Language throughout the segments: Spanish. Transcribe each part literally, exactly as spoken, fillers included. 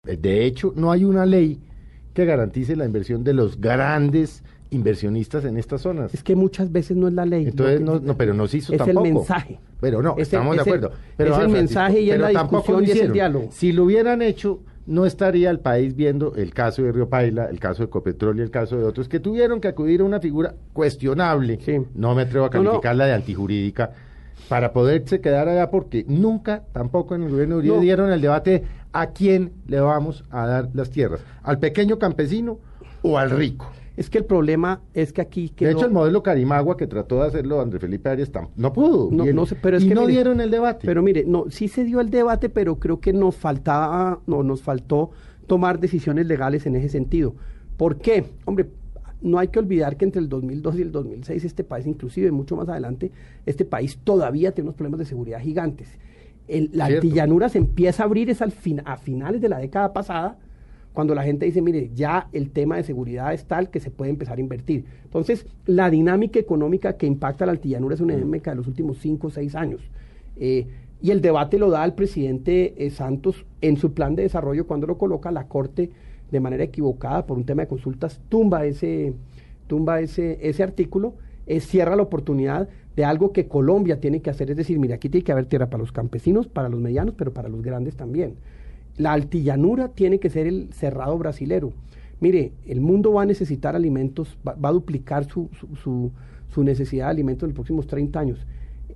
De hecho, no hay una ley que garantice la inversión de los grandes inversionistas en estas zonas. Es que muchas veces no es la ley. Entonces, que, no, no, pero no se hizo es tampoco. Es el mensaje. Pero no, es estamos el, de acuerdo. Es el, pero, es el Francisco, mensaje y es la discusión y es el diálogo. Si lo hubieran hecho, no estaría el país viendo el caso de Río Paila, el caso de Ecopetrol y el caso de otros que tuvieron que acudir a una figura cuestionable, sí. No me atrevo a calificarla no, no. de antijurídica, para poderse quedar allá, porque nunca, tampoco en el gobierno de Uribe, no. dieron el debate a quién le vamos a dar las tierras, al pequeño campesino o al rico. Es que el problema es que aquí quedó... De hecho, el modelo Carimagua que trató de hacerlo Andrés Felipe Arias no pudo. No, no sé, pero es y que no mire, dieron el debate. Pero mire, no, sí se dio el debate, pero creo que nos faltaba, no, nos faltó tomar decisiones legales en ese sentido. ¿Por qué? Hombre, no hay que olvidar que entre el dos mil dos y el dos mil seis este país, inclusive mucho más adelante, este país todavía tiene unos problemas de seguridad gigantes. El, la Cierto. Altillanura se empieza a abrir es al fin, a finales de la década pasada, cuando la gente dice, mire, ya el tema de seguridad es tal que se puede empezar a invertir. Entonces, la dinámica económica que impacta a la Altillanura es una dinámica de los últimos cinco o seis años. Eh, y el debate lo da el presidente eh, Santos en su plan de desarrollo cuando lo coloca la Corte de manera equivocada por un tema de consultas, tumba ese, tumba ese, ese artículo, eh, cierra la oportunidad de algo que Colombia tiene que hacer, es decir, mire, aquí tiene que haber tierra para los campesinos, para los medianos, pero para los grandes también. La Altillanura tiene que ser el cerrado brasilero. Mire, el mundo va a necesitar alimentos, va, va a duplicar su, su, su, su necesidad de alimentos en los próximos treinta años.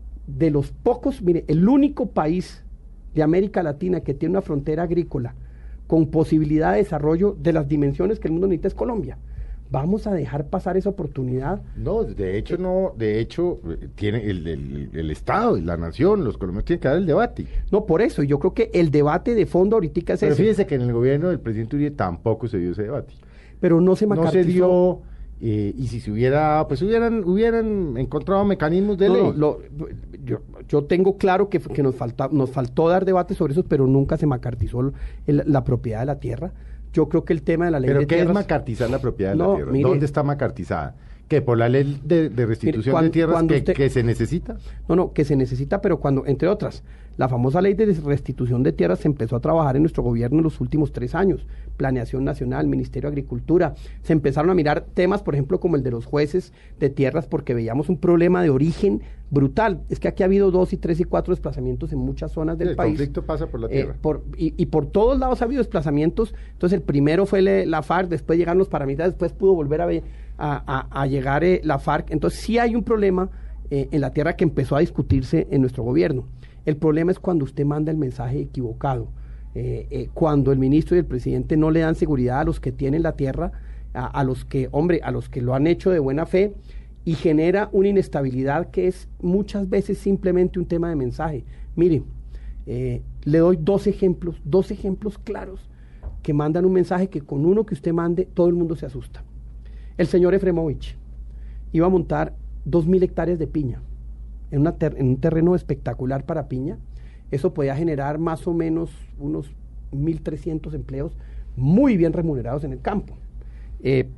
De los pocos, mire, el único país de América Latina que tiene una frontera agrícola con posibilidad de desarrollo de las dimensiones que el mundo necesita es Colombia. ¿Vamos a dejar pasar esa oportunidad? No, de hecho no, de hecho tiene el, el, el Estado y la nación, los colombianos tienen que dar el debate. No, por eso, yo creo que el debate de fondo ahorita es Pero ese. fíjese que en el gobierno del presidente Uribe tampoco se dio ese debate. Pero no se macartizó. No se dio, eh, y si se hubiera, pues hubieran, hubieran encontrado mecanismos de no, ley. No, lo, yo, yo tengo claro que, que nos, falta, nos faltó dar debate sobre eso, pero nunca se macartizó el, la propiedad de la tierra. Yo creo que el tema de la ley ¿Pero de qué tierras... es macartizar la propiedad de no, la tierra? Mire, ¿dónde está macartizada? ¿Que por la ley de, de restitución mire, cuando, de tierras que, usted, que se necesita? No, no, que se necesita, pero cuando, entre otras, la famosa ley de restitución de tierras se empezó a trabajar en nuestro gobierno en los últimos tres años. Planeación Nacional, Ministerio de Agricultura, se empezaron a mirar temas, por ejemplo, como el de los jueces de tierras, porque veíamos un problema de origen brutal. Es que aquí ha habido dos y tres y cuatro desplazamientos en muchas zonas del el país. El conflicto pasa por la tierra. Eh, por, y, y por todos lados ha habido desplazamientos. Entonces el primero fue le, la FARC, después llegaron los paramilitares, después pudo volver a, ver, a, a, a llegar eh, la FARC. Entonces sí hay un problema eh, en la tierra que empezó a discutirse en nuestro gobierno. El problema es cuando usted manda el mensaje equivocado, eh, eh, cuando el ministro y el presidente no le dan seguridad a los que tienen la tierra, a, a los que, hombre, a los que lo han hecho de buena fe, y genera una inestabilidad que es muchas veces simplemente un tema de mensaje. Mire, eh, le doy dos ejemplos, dos ejemplos claros que mandan un mensaje que con uno que usted mande todo el mundo se asusta. El señor Efremovich iba a montar dos mil hectáreas de piña en, una ter en un terreno espectacular para piña. Eso podía generar más o menos unos mil trescientos empleos muy bien remunerados en el campo. Eh,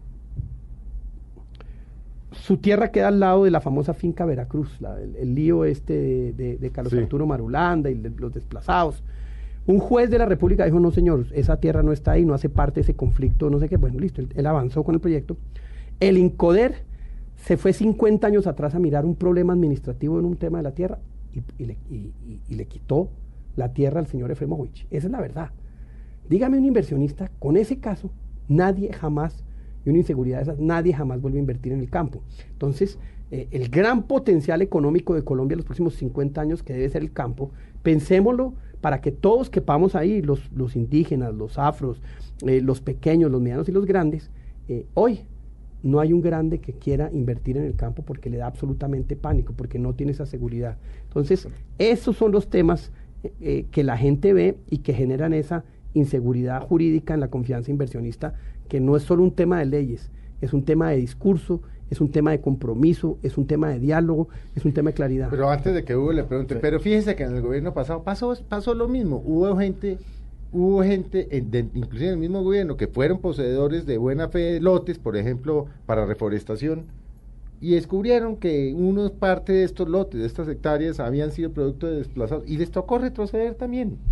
Su tierra queda al lado de la famosa finca Veracruz, la, el, el lío este de, de, de Carlos sí. Arturo Marulanda y de los desplazados. Un juez de la República dijo, no señor, esa tierra no está ahí, no hace parte de ese conflicto, no sé qué. Bueno, listo, él, él avanzó con el proyecto. El INCODER se fue cincuenta años atrás a mirar un problema administrativo en un tema de la tierra y, y, le, y, y, y le quitó la tierra al señor Efremovich. Esa es la verdad. Dígame un inversionista, con ese caso, nadie jamás... y una inseguridad de esas, nadie jamás vuelve a invertir en el campo. Entonces, eh, el gran potencial económico de Colombia en los próximos cincuenta años, que debe ser el campo, pensémoslo para que todos quepamos ahí, los, los indígenas, los afros, eh, los pequeños, los medianos y los grandes. Eh, hoy no hay un grande que quiera invertir en el campo porque le da absolutamente pánico, porque no tiene esa seguridad. Entonces, esos son los temas eh, eh, que la gente ve y que generan esa inseguridad jurídica en la confianza inversionista, que no es solo un tema de leyes, es un tema de discurso, es un tema de compromiso, es un tema de diálogo, es un tema de claridad. Pero antes de que Hugo le pregunte, sí. Pero fíjese que en el gobierno pasado pasó, pasó lo mismo, hubo gente, hubo gente, en, de, inclusive en el mismo gobierno, que fueron poseedores de buena fe de lotes, por ejemplo, para reforestación, y descubrieron que una parte de estos lotes, de estas hectáreas, habían sido producto de desplazados, y les tocó retroceder también.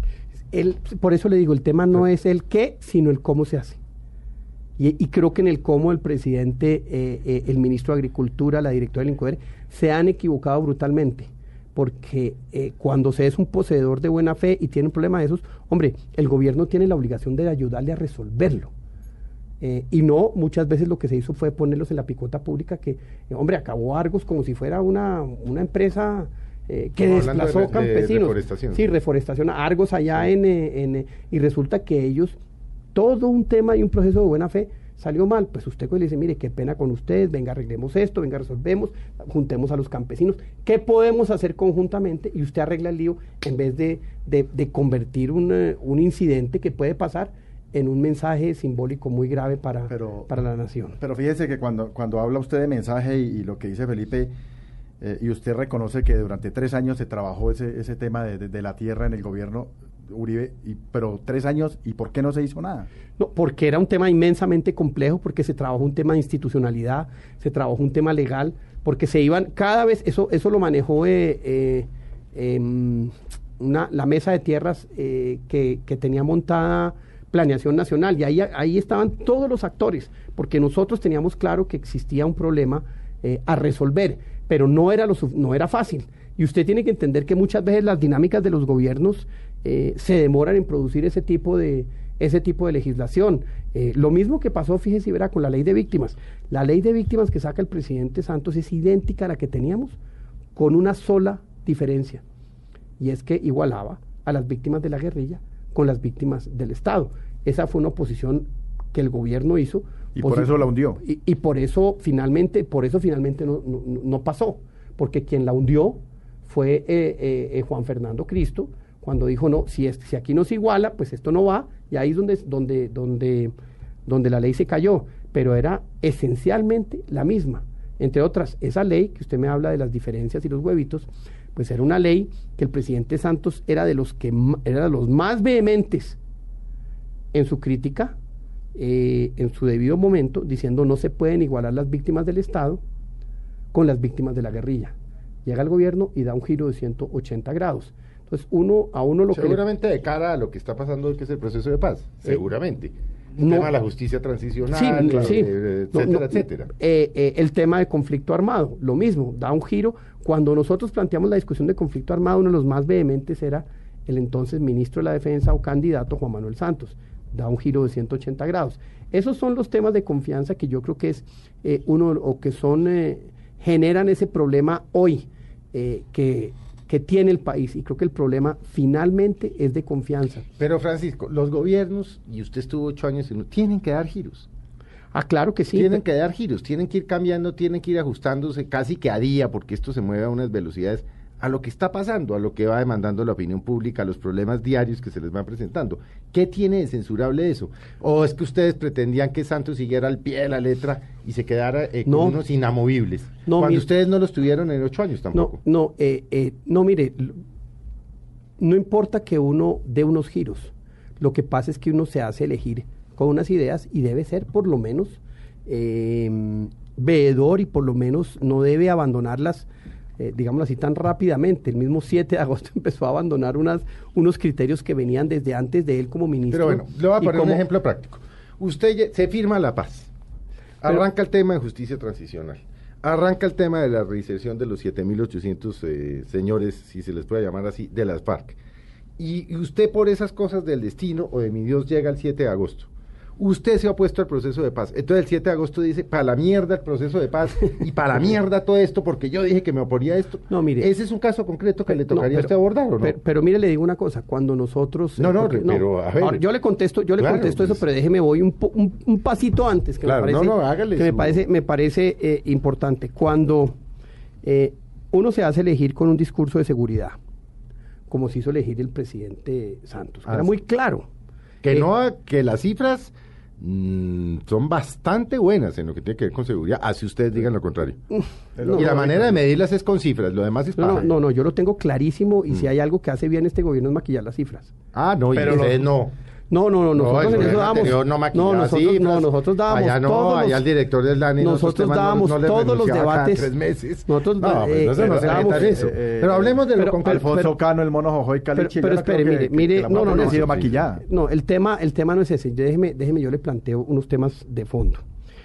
el, por eso le digo, el tema no es el qué, sino el cómo se hace. Y, y creo que en el cómo el presidente, eh, eh, el ministro de Agricultura, la directora del INCODER, se han equivocado brutalmente. Porque eh, cuando se es un poseedor de buena fe y tiene un problema de esos, hombre, el gobierno tiene la obligación de ayudarle a resolverlo. Eh, y no, muchas veces lo que se hizo fue ponerlos en la picota pública, que, eh, hombre, acabó Argos como si fuera una, una empresa eh, que Como desplazó de, campesinos. De reforestación. Sí, reforestación, Argos allá sí. en, en, en... Y resulta que ellos, todo un tema y un proceso de buena fe salió mal, pues usted le dice, mire, qué pena con ustedes, venga, arreglemos esto, venga, resolvemos, juntemos a los campesinos, ¿qué podemos hacer conjuntamente? Y usted arregla el lío en vez de, de, de convertir un, un incidente que puede pasar en un mensaje simbólico muy grave para, pero, para la nación. Pero fíjese que cuando, cuando habla usted de mensaje y, y lo que dice Felipe, eh, y usted reconoce que durante tres años se trabajó ese, ese tema de, de, de la tierra en el gobierno Uribe, y, pero tres años, ¿y por qué no se hizo nada? No, porque era un tema inmensamente complejo, porque se trabajó un tema de institucionalidad, se trabajó un tema legal, porque se iban, cada vez, eso eso lo manejó eh, eh, eh, una, la mesa de tierras eh, que, que tenía montada Planeación Nacional, y ahí, ahí estaban todos los actores, porque nosotros teníamos claro que existía un problema eh, a resolver, pero no era, lo, no era fácil. Y usted tiene que entender que muchas veces las dinámicas de los gobiernos eh, se demoran en producir ese tipo de, ese tipo de legislación. Eh, lo mismo que pasó, fíjese, verá, con la ley de víctimas. La ley de víctimas que saca el presidente Santos es idéntica a la que teníamos, con una sola diferencia, y es que igualaba a las víctimas de la guerrilla con las víctimas del Estado. Esa fue una oposición que el gobierno hizo. Y por eso la hundió. Y, y por eso finalmente, por eso finalmente no, no, no pasó, porque quien la hundió fue eh, eh, Juan Fernando Cristo, cuando dijo, no, si, es, si aquí no se iguala, pues esto no va, y ahí es donde, donde, donde, donde la ley se cayó, pero era esencialmente la misma. Entre otras, esa ley que usted me habla de las diferencias y los huevitos, pues era una ley que el presidente Santos era de los que era de los más vehementes en su crítica, eh, en su debido momento, diciendo no se pueden igualar las víctimas del Estado con las víctimas de la guerrilla. Llega el gobierno y da un giro de ciento ochenta grados. Entonces, uno a uno lo seguramente que... Seguramente de cara a lo que está pasando, que es el proceso de paz, eh, seguramente. El no, tema de la justicia transicional, sí, claro, sí, eh, etcétera, no, no, etcétera. Eh, eh, el tema de conflicto armado, lo mismo, da un giro. Cuando nosotros planteamos la discusión de conflicto armado, uno de los más vehementes era el entonces ministro de la Defensa o candidato Juan Manuel Santos. Da un giro de ciento ochenta grados. Esos son los temas de confianza que yo creo que es eh, uno, o que son, eh, generan ese problema hoy eh, que, que tiene el país, y creo que el problema finalmente es de confianza. Pero Francisco, los gobiernos, y usted estuvo ocho años, tienen que dar giros. Ah, claro que sí. Tienen que dar giros, tienen que ir cambiando, tienen que ir ajustándose casi que a día, porque esto se mueve a unas velocidades, a lo que está pasando, a lo que va demandando la opinión pública, a los problemas diarios que se les van presentando. ¿Qué tiene de censurable eso? ¿O es que ustedes pretendían que Santos siguiera al pie de la letra y se quedara eh, con no, unos inamovibles? No, cuando mire, ustedes no los tuvieron en ocho años tampoco. No, no, eh, eh, no, mire, no importa que uno dé unos giros, lo que pasa es que uno se hace elegir con unas ideas y debe ser por lo menos eh, veedor, y por lo menos no debe abandonarlas, eh, digámoslo así, tan rápidamente. El mismo siete de agosto empezó a abandonar unas, unos criterios que venían desde antes de él como ministro. Pero bueno, le voy a poner como... un ejemplo práctico. Usted se firma la paz, arranca Pero... el tema de justicia transicional, arranca el tema de la reinserción de los siete mil ochocientos eh, señores, si se les puede llamar así, de las FARC. Y, y usted, por esas cosas del destino o de mi Dios, llega el siete de agosto. Usted se ha opuesto al proceso de paz. Entonces el siete de agosto dice, para la mierda el proceso de paz y para la mierda todo esto, porque yo dije que me oponía a esto. No, mire. Ese es un caso concreto que pero, le tocaría no, pero, a usted abordar, ¿o no? Pero, pero mire, le digo una cosa, cuando nosotros... No, no, porque, pero a ver. Ahora, yo le contesto, yo le claro, contesto pues, eso, pero déjeme, voy un, un, un pasito antes, que claro, me parece, no, no, hágale que me su... parece, me parece eh, importante. Cuando eh, uno se hace elegir con un discurso de seguridad, como se hizo elegir el presidente Santos, que ah, era muy claro. Que eh, no, que las cifras... Mm, son bastante buenas en lo que tiene que ver con seguridad, así ustedes digan lo contrario. No, y la no, manera no, de medirlas es con cifras, lo demás es no, no, no, no, yo lo tengo clarísimo, y mm. si hay algo que hace bien este gobierno es maquillar las cifras. Ah, no, pero y ustedes no. No, no, no, nosotros no, en eso dábamos. No, no, nosotros, cifras, no, nosotros dábamos. Allá no, todos allá los, el director del D A N E. Nosotros dábamos no, no todos los debates. Tres meses. Nosotros no, pues, no, eh, no se dábamos eso. Eh, pero hablemos de pero, lo concreto. Alfonso pero, Cano, el Mono Jojoy, Caliche. Pero, pero espere, que, mire, que, mire, que la no, no, no. ha sido Sí, maquillada. No, el tema, el tema no es ese. Déjeme, déjeme, yo le planteo unos temas de fondo.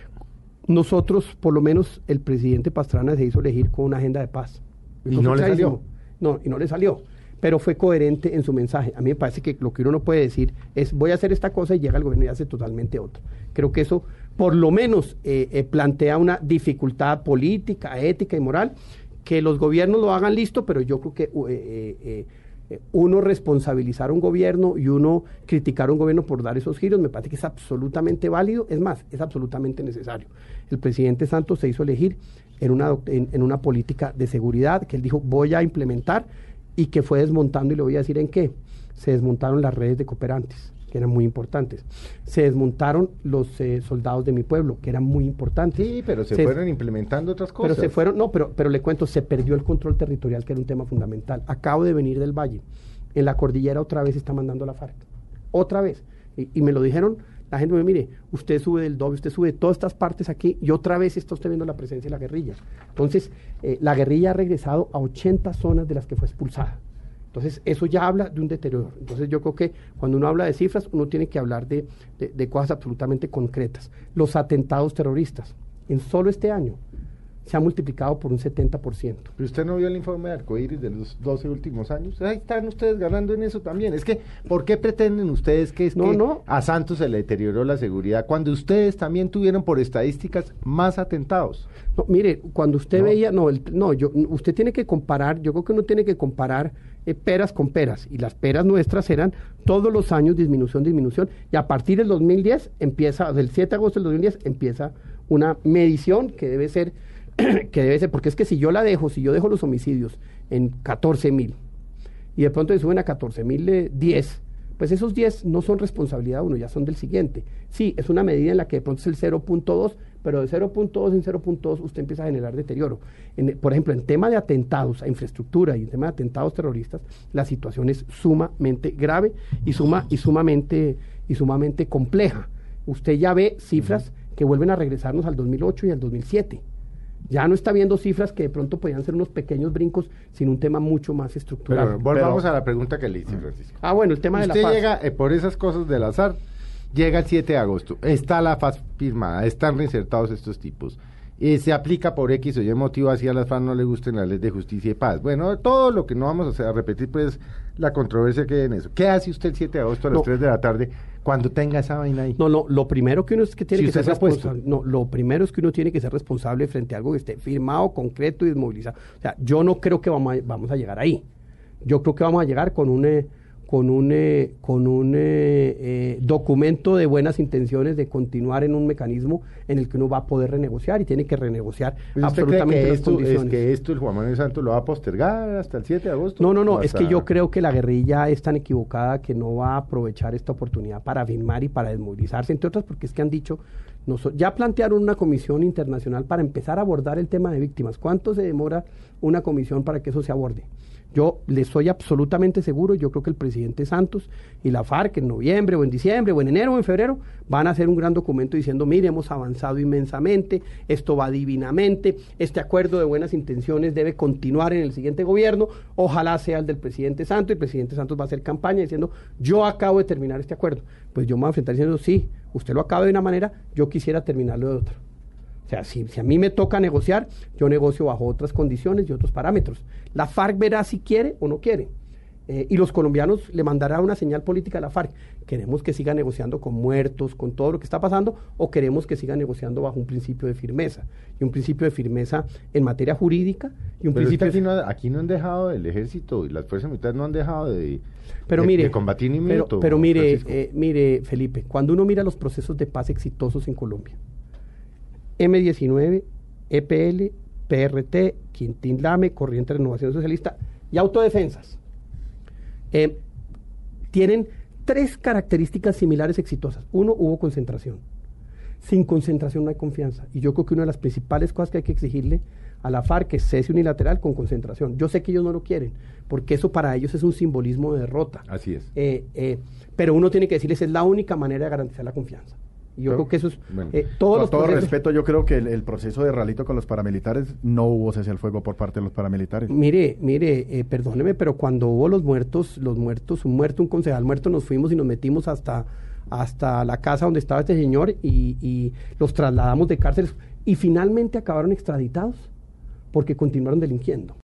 Nosotros, por lo menos, el presidente Pastrana se hizo elegir con una agenda de paz. ¿Y no le salió? No, y no le salió. Pero fue coherente en su mensaje. A mí me parece que lo que uno no puede decir es voy a hacer esta cosa y llega el gobierno y hace totalmente otra. Creo que eso por lo menos eh, eh, plantea una dificultad política, ética y moral, que los gobiernos lo hagan listo, pero yo creo que eh, eh, eh, uno responsabilizar a un gobierno y uno criticar a un gobierno por dar esos giros me parece que es absolutamente válido, es más, es absolutamente necesario. El presidente Santos se hizo elegir en una, en, en una política de seguridad que él dijo voy a implementar y que fue desmontando, y le voy a decir en qué. Se desmontaron las redes de cooperantes, que eran muy importantes. Se desmontaron los eh, soldados de mi pueblo, que eran muy importantes. Sí, pero se, se fueron implementando otras cosas. Pero se fueron, no, pero, pero le cuento, se perdió el control territorial, que era un tema fundamental. Acabo de venir del Valle. En la cordillera otra vez está mandando la FARC. Otra vez. Y, y me lo dijeron, la gente me mire, usted sube del Doble, usted sube de todas estas partes aquí, y otra vez está usted viendo la presencia de la guerrilla. Entonces, eh, la guerrilla ha regresado a ochenta zonas de las que fue expulsada. Entonces, eso ya habla de un deterioro. Entonces, yo creo que cuando uno habla de cifras, uno tiene que hablar de, de, de cosas absolutamente concretas. Los atentados terroristas, en solo este año, se ha multiplicado por un setenta por ciento. ¿Pero usted no vio el informe de Arcoíris de los doce últimos años? Ahí están ustedes ganando en eso también. Es que, ¿por qué pretenden ustedes que es no, que no. a Santos se le deterioró la seguridad cuando ustedes también tuvieron por estadísticas más atentados? No, mire, cuando usted no. veía, no, el, no, yo, usted tiene que comparar, yo creo que uno tiene que comparar eh, peras con peras, y las peras nuestras eran todos los años disminución, disminución, y a partir del dos mil diez empieza, del siete de agosto del dos mil diez empieza una medición que debe ser que debe ser, porque es que si yo la dejo, si yo dejo los homicidios en catorce mil y de pronto se suben a catorce mil diez, pues esos diez no son responsabilidad de uno, ya son del siguiente. Sí, es una medida en la que de pronto es el cero punto dos, pero de cero punto dos en cero punto dos usted empieza a generar deterioro. En, por ejemplo, en tema de atentados a infraestructura y en tema de atentados terroristas, la situación es sumamente grave y, suma, y, sumamente, y sumamente compleja. Usted ya ve cifras uh-huh. que vuelven a regresarnos al dos mil ocho y al dos mil siete. Ya no está viendo cifras que de pronto podían ser unos pequeños brincos sin un tema mucho más estructural. Pero volvamos Pero, a la pregunta que le hice, Francisco. Ah, bueno, el tema Usted de la paz. Usted llega eh, por esas cosas del azar, llega el siete de agosto, está la paz firmada, están reinsertados estos tipos, eh, se aplica por X o Y motivo, así a las F A R C no le gusten las leyes de justicia y paz. Bueno, todo lo que no vamos a, hacer, a repetir, pues la controversia que hay en eso. ¿Qué hace usted el siete de agosto a las no. tres de la tarde cuando tenga esa vaina ahí? No, no, lo primero que uno es que tiene si que ser responsable. No, lo primero es que uno tiene que ser responsable frente a algo que esté firmado, concreto y desmovilizado. O sea, yo no creo que vamos a, vamos a llegar ahí. Yo creo que vamos a llegar con un eh, con un eh, con un eh, eh, documento de buenas intenciones de continuar en un mecanismo en el que uno va a poder renegociar y tiene que renegociar ¿Usted absolutamente cree que las esto, condiciones. Es que esto el Juan Manuel Santos lo va a postergar hasta el siete de agosto? No, no, no, es hasta... que yo creo que la guerrilla es tan equivocada que no va a aprovechar esta oportunidad para firmar y para desmovilizarse, entre otras porque es que han dicho, no so, ya plantearon una comisión internacional para empezar a abordar el tema de víctimas. ¿Cuánto se demora una comisión para que eso se aborde? Yo les soy absolutamente seguro, yo creo que el presidente Santos y la FARC en noviembre o en diciembre o en enero o en febrero van a hacer un gran documento diciendo, mire, hemos avanzado inmensamente, esto va divinamente, este acuerdo de buenas intenciones debe continuar en el siguiente gobierno, ojalá sea el del presidente Santos, y el presidente Santos va a hacer campaña diciendo, yo acabo de terminar este acuerdo. Pues yo me voy a enfrentar diciendo, sí, usted lo acaba de una manera, yo quisiera terminarlo de otra. O sea, si, si a mí me toca negociar, yo negocio bajo otras condiciones y otros parámetros. La FARC verá si quiere o no quiere. Eh, y los colombianos le mandarán una señal política a la FARC. ¿Queremos que siga negociando con muertos, con todo lo que está pasando, o queremos que siga negociando bajo un principio de firmeza? Y un principio de firmeza en materia jurídica y un Pero principio es que aquí, de... no, aquí no han dejado, el ejército y las fuerzas militares no han dejado de, pero de, mire, de combatir ni pero, minuto. pero mire, eh, mire, Felipe, cuando uno mira los procesos de paz exitosos en Colombia, eme diecinueve, E P L, P R T, Quintín Lame, Corriente de Renovación Socialista y Autodefensas, eh, tienen tres características similares exitosas. Uno, hubo concentración. Sin concentración no hay confianza. Y yo creo que una de las principales cosas que hay que exigirle a la FARC que cese unilateral con concentración. Yo sé que ellos no lo quieren, porque eso para ellos es un simbolismo de derrota. Así es. Eh, eh, pero uno tiene que decirles, es la única manera de garantizar la confianza. Y yo pero, creo que eso es... Bueno, eh, todos con los todo procesos, respeto, yo creo que el, el proceso de Ralito con los paramilitares, no hubo cese al fuego por parte de los paramilitares. Mire, mire, eh, perdóneme, pero cuando hubo los muertos, los muertos, un muerto, un concejal muerto, nos fuimos y nos metimos hasta, hasta la casa donde estaba este señor y, y los trasladamos de cárceles y finalmente acabaron extraditados porque continuaron delinquiendo.